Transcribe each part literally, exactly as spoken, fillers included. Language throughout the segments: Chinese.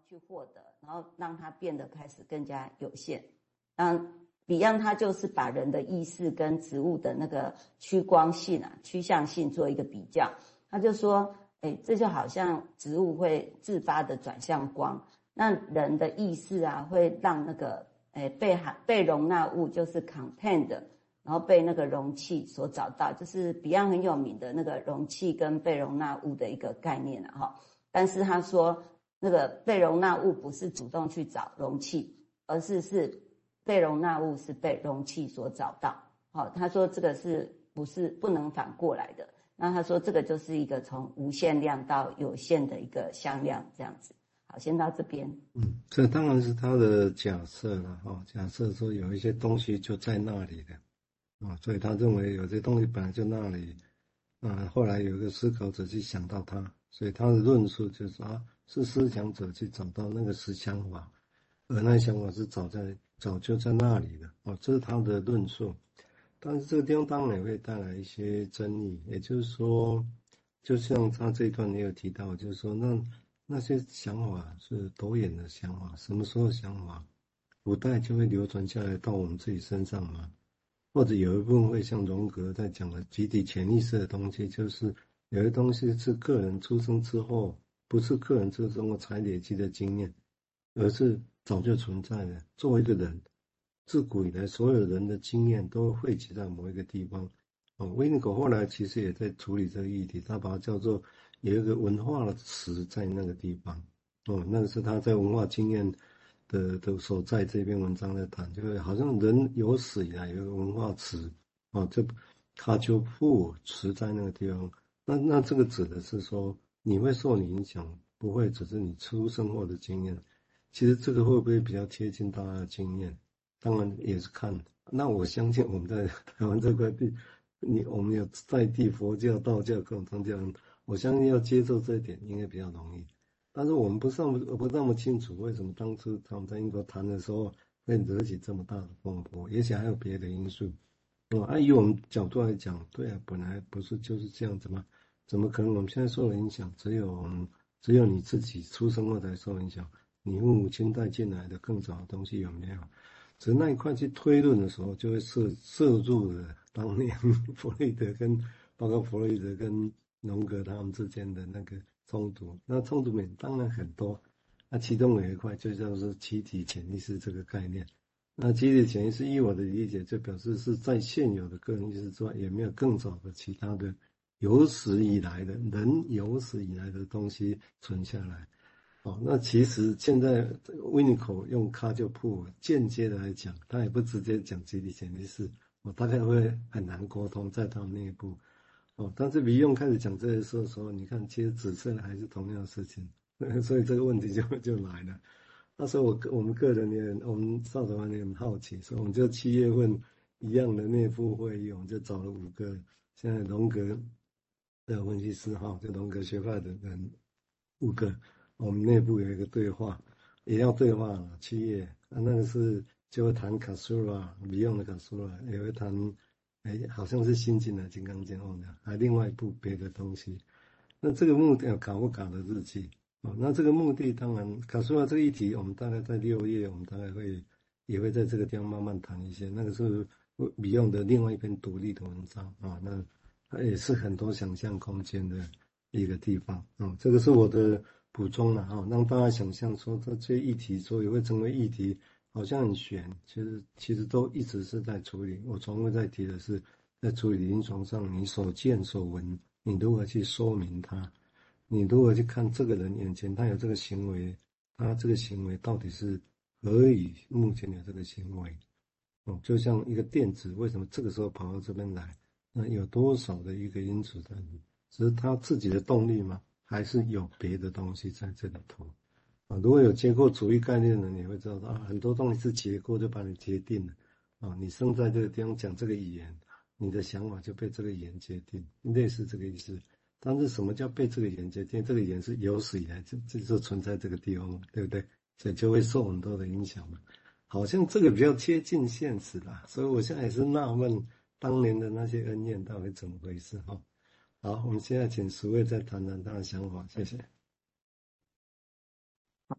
去获得，然后让它变得开始更加有限。嗯 ，Beyond 它就是把人的意识跟植物的那个趋光性啊、趋向性做一个比较。他就说，哎，这就好像植物会自发的转向光，那人的意识啊，会让那个哎被含被容纳物就是 content 的，然后被那个容器所找到，就是 Beyond 很有名的那个容器跟被容纳物的一个概念啊哈。但是他说，那个被容纳物不是主动去找容器，而是是被容纳物是被容器所找到。好，他说这个是不是不能反过来的？那他说这个就是一个从无限量到有限的一个向量这样子。好，先到这边。 嗯，这当然是他的假设了哈、哦，假设说有一些东西就在那里的啊、哦，所以他认为有些东西本来就那里，啊、呃，后来有一个思考者去想到它，所以他的论述就是说啊，是思想者去找到那个是想法，而那想法是早在早就在那里的哦，这是他的论述。但是这个地方当然也会带来一些争议，也就是说，就像他这一段也有提到，就是说那那些想法是多远的想法，什么时候想法，古代就会流传下来到我们自己身上吗？或者有一部分会像荣格在讲的集体潜意识的东西，就是有些东西是个人出生之后，不是个人出生后才累积的经验，而是早就存在的。作为一个人，自古以来所有人的经验都汇集在某一个地方。哦，威尼口后来其实也在处理这个议题，他把它叫做有一个文化的词在那个地方。哦，那是他在文化经验的的所在这篇文章在谈，就是好像人有史以来有一个文化词。哦，这他就不词在那个地方。那那这个指的是说，你会受你影响，不会只是你出生后的经验。其实这个会不会比较贴近大家的经验？当然也是看。那我相信我们在台湾这块地，你我们有在地佛教、道教各种宗教，我相信要接受这一点应该比较容易。但是我们不是那么不那么清楚，为什么当初他们在英国谈的时候会惹起这么大的风波？也许还有别的因素。哦，按、啊、以我们角度来讲，对啊，本来不是就是这样子吗？怎么可能我们现在受了影响？只有只有你自己出生后才受影响。你父母亲带进来的更早的东西有没有？只是那一块去推论的时候，就会涉涉入了当年弗洛伊德跟包括弗洛伊德跟荣格他们之间的那个冲突。那冲突面当然很多，那其中有一块就叫做集体潜意识这个概念。那集体潜意识，依我的理解，就表示是在现有的个人意识之外，也没有更早的其他的有史以来的人有史以来的东西存下来。哦，那其实现在维尼口用卡就铺间接的来讲，他也不直接讲集体潜意识，我大概会很难沟通在他们内部。哦，但是Beyond开始讲这些事的时候，你看其实指涉的还是同样的事情，所以这个问题就就来了。那时候我我们个人也我们少主也很好奇，所以我们就七月份一样的内部会议，我们就找了五个现在荣格的分析师哈，就荣格学派的人五个。我们内部有一个对话，也要对话了。七月，啊，那个是就会谈卡苏拉，利用的卡苏拉，也会谈，哎，好像是新进的金刚经哦的，还另外一部别的东西。那这个目的卡夫卡的日记，哦，那这个目的当然卡苏拉这个议题，我们大概在六月，我们大概会也会在这个地方慢慢谈一些。那个是利用的另外一篇独立的文章啊，那它也是很多想象空间的一个地方啊，这个是我的补充了哈，让大家想象说这些议题所以会成为议题，好像很悬，其实其实都一直是在处理。我重复在提的是，在处理临床上你所见所闻，你如何去说明它，你如何去看这个人眼前他有这个行为，他这个行为到底是何以目前有这个行为？哦，就像一个电子为什么这个时候跑到这边来，那有多少的一个因子在里面？只是他自己的动力吗？还是有别的东西在这里头啊？如果有结构主义概念的人，你会知道啊，很多东西是结构就把你决定了啊。你生在这个地方讲这个语言，你的想法就被这个语言决定，类似这个意思。但是什么叫被这个语言决定？这个语言是有史以来就这就存在这个地方，对不对？所以就会受很多的影响嘛。好像这个比较贴近现实啦，所以我现在也是纳闷当年的那些恩怨到底怎么回事哈。好，我们现在请十位再谈谈他的想法，谢谢。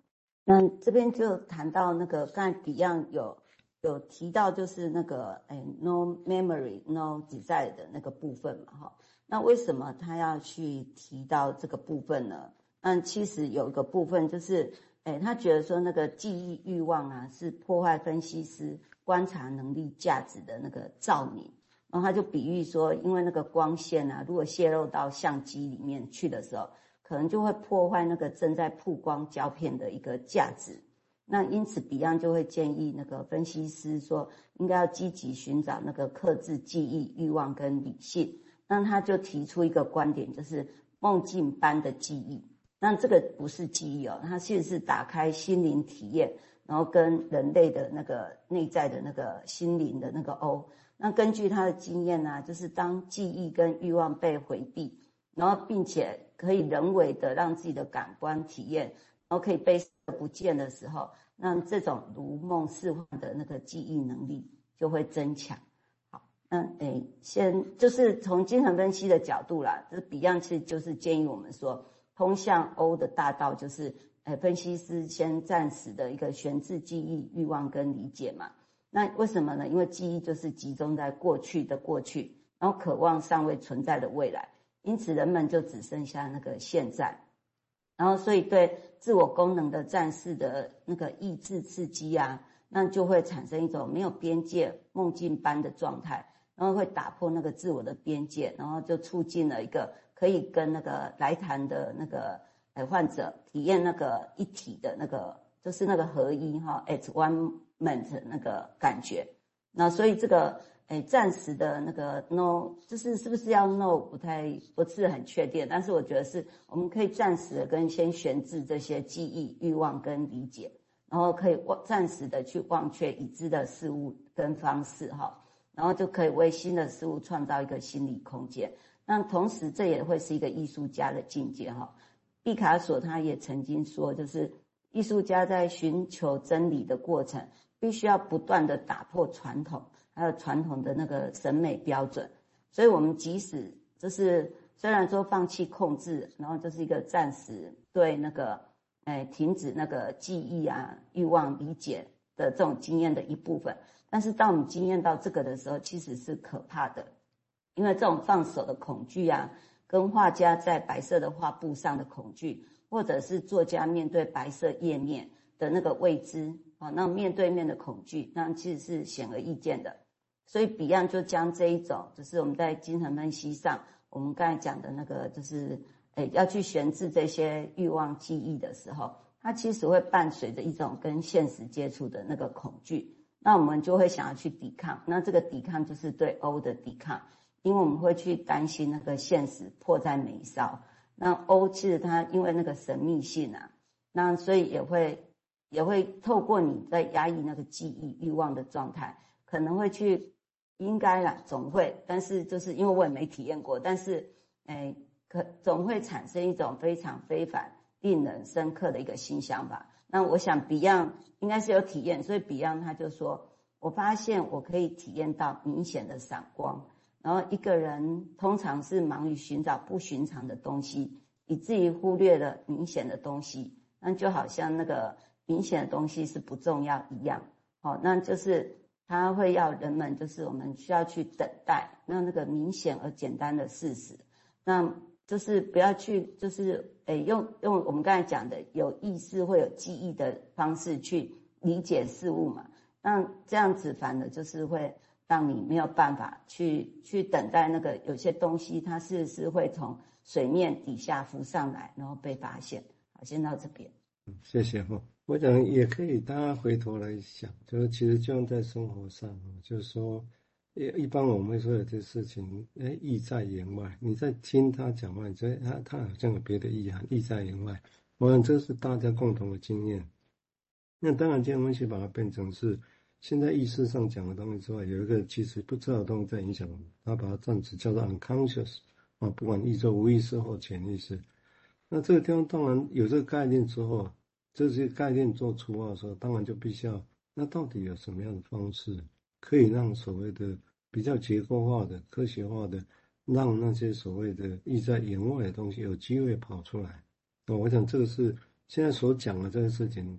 那这边就谈到那个刚才 Beyond 有有提到，就是那个哎 no memory no desire 的那个部分嘛，哈。那为什么他要去提到这个部分呢？那其实有一个部分就是，哎，他觉得说那个记忆欲望啊，是破坏分析师观察能力价值的那个照明。然后他就比喻说，因为那个光线啊，如果泄露到相机里面去的时候，可能就会破坏那个正在曝光胶片的一个价值。那因此 Beyond 就会建议那个分析师说，应该要积极寻找那个克制记忆欲望跟理性。那他就提出一个观点，就是梦境般的记忆。那这个不是记忆哦，它其实是打开心灵体验，然后跟人类的那个内在的那个心灵的那个 O。那根据他的经验呢、啊，就是当记忆跟欲望被回避，然后并且可以人为的让自己的感官体验，然后可以被不见的时候，那这种如梦似幻的那个记忆能力就会增强。好，那诶，先就是从精神分析的角度啦，就是 Beyond 其实就是建议我们说，通向 O 的大道就是诶，分析师先暂时的一个悬置记忆、欲望跟理解嘛。那为什么呢？因为记忆就是集中在过去的过去，然后渴望尚未存在的未来，因此人们就只剩下那个现在。然后所以对自我功能的战士的那个意志刺激啊，那就会产生一种没有边界梦境般的状态，然后会打破那个自我的边界，然后就促进了一个可以跟那个来谈的那个呃患者体验那个一体的那个就是那个合一哈 at one那个感觉。那所以这个诶暂时的那个 no 就是是不是要 no 不太不是很确定，但是我觉得是我们可以暂时的跟先悬置这些记忆欲望跟理解，然后可以暂时的去忘却已知的事物跟方式哈，然后就可以为新的事物创造一个心理空间。那同时这也会是一个艺术家的境界哈。毕卡索他也曾经说，就是艺术家在寻求真理的过程必须要不断的打破传统，还有传统的那个审美标准。所以我们即使就是虽然说放弃控制，然后就是一个暂时对那个哎停止那个记忆啊欲望理解的这种经验的一部分，但是当我们经验到这个的时候，其实是可怕的。因为这种放手的恐惧啊，跟画家在白色的画布上的恐惧，或者是作家面对白色页面的那个未知啊，那面对面的恐惧，那其实是显而易见的。所以 Beyond 就将这一种，就是我们在精神分析上，我们刚才讲的那个，就是诶要去悬置这些欲望记忆的时候，它其实会伴随着一种跟现实接触的那个恐惧，那我们就会想要去抵抗，那这个抵抗就是对 O 的抵抗。因为我们会去担心那个现实迫在眉梢，那 O 其实它因为那个神秘性啊，那所以也会也会透过你在压抑那个记忆欲望的状态，可能会去应该啦，总会，但是就是因为我也没体验过，但是诶可总会产生一种非常非凡、令人深刻的一个新想法。那我想 Beyond 应该是有体验，所以 Beyond 他就说，我发现我可以体验到明显的闪光。然后一个人通常是忙于寻找不寻常的东西，以至于忽略了明显的东西，那就好像那个明显的东西是不重要一样。好，那就是他会要人们，就是我们需要去等待那那个明显而简单的事实，那就是不要去就是诶用用我们刚才讲的有意识或有记忆的方式去理解事物嘛，那这样子反而就是会让你没有办法去去等待那个有些东西，它是是会从水面底下浮上来，然后被发现。好，先到这边。 谢谢哈。我想也可以，大家回头来想，就是其实就像在生活上，就是说，一一般我们会说有些事情，哎，意在言外。你在听他讲话，你觉得他他好像有别的意涵，意在言外。我想这是大家共同的经验。那当然，精神分析把它变成是现在意识上讲的东西之外，有一个其实不知道的东西在影响我们，他把它暂时叫做 unconscious 啊，不管意识、无意识或潜意识。那这个地方当然有这个概念之后，这些概念做出发的时候，当然就必须要，那到底有什么样的方式可以让所谓的比较结构化的、科学化的，让那些所谓的意在言外的东西有机会跑出来？那我想这个是现在所讲的这个事情，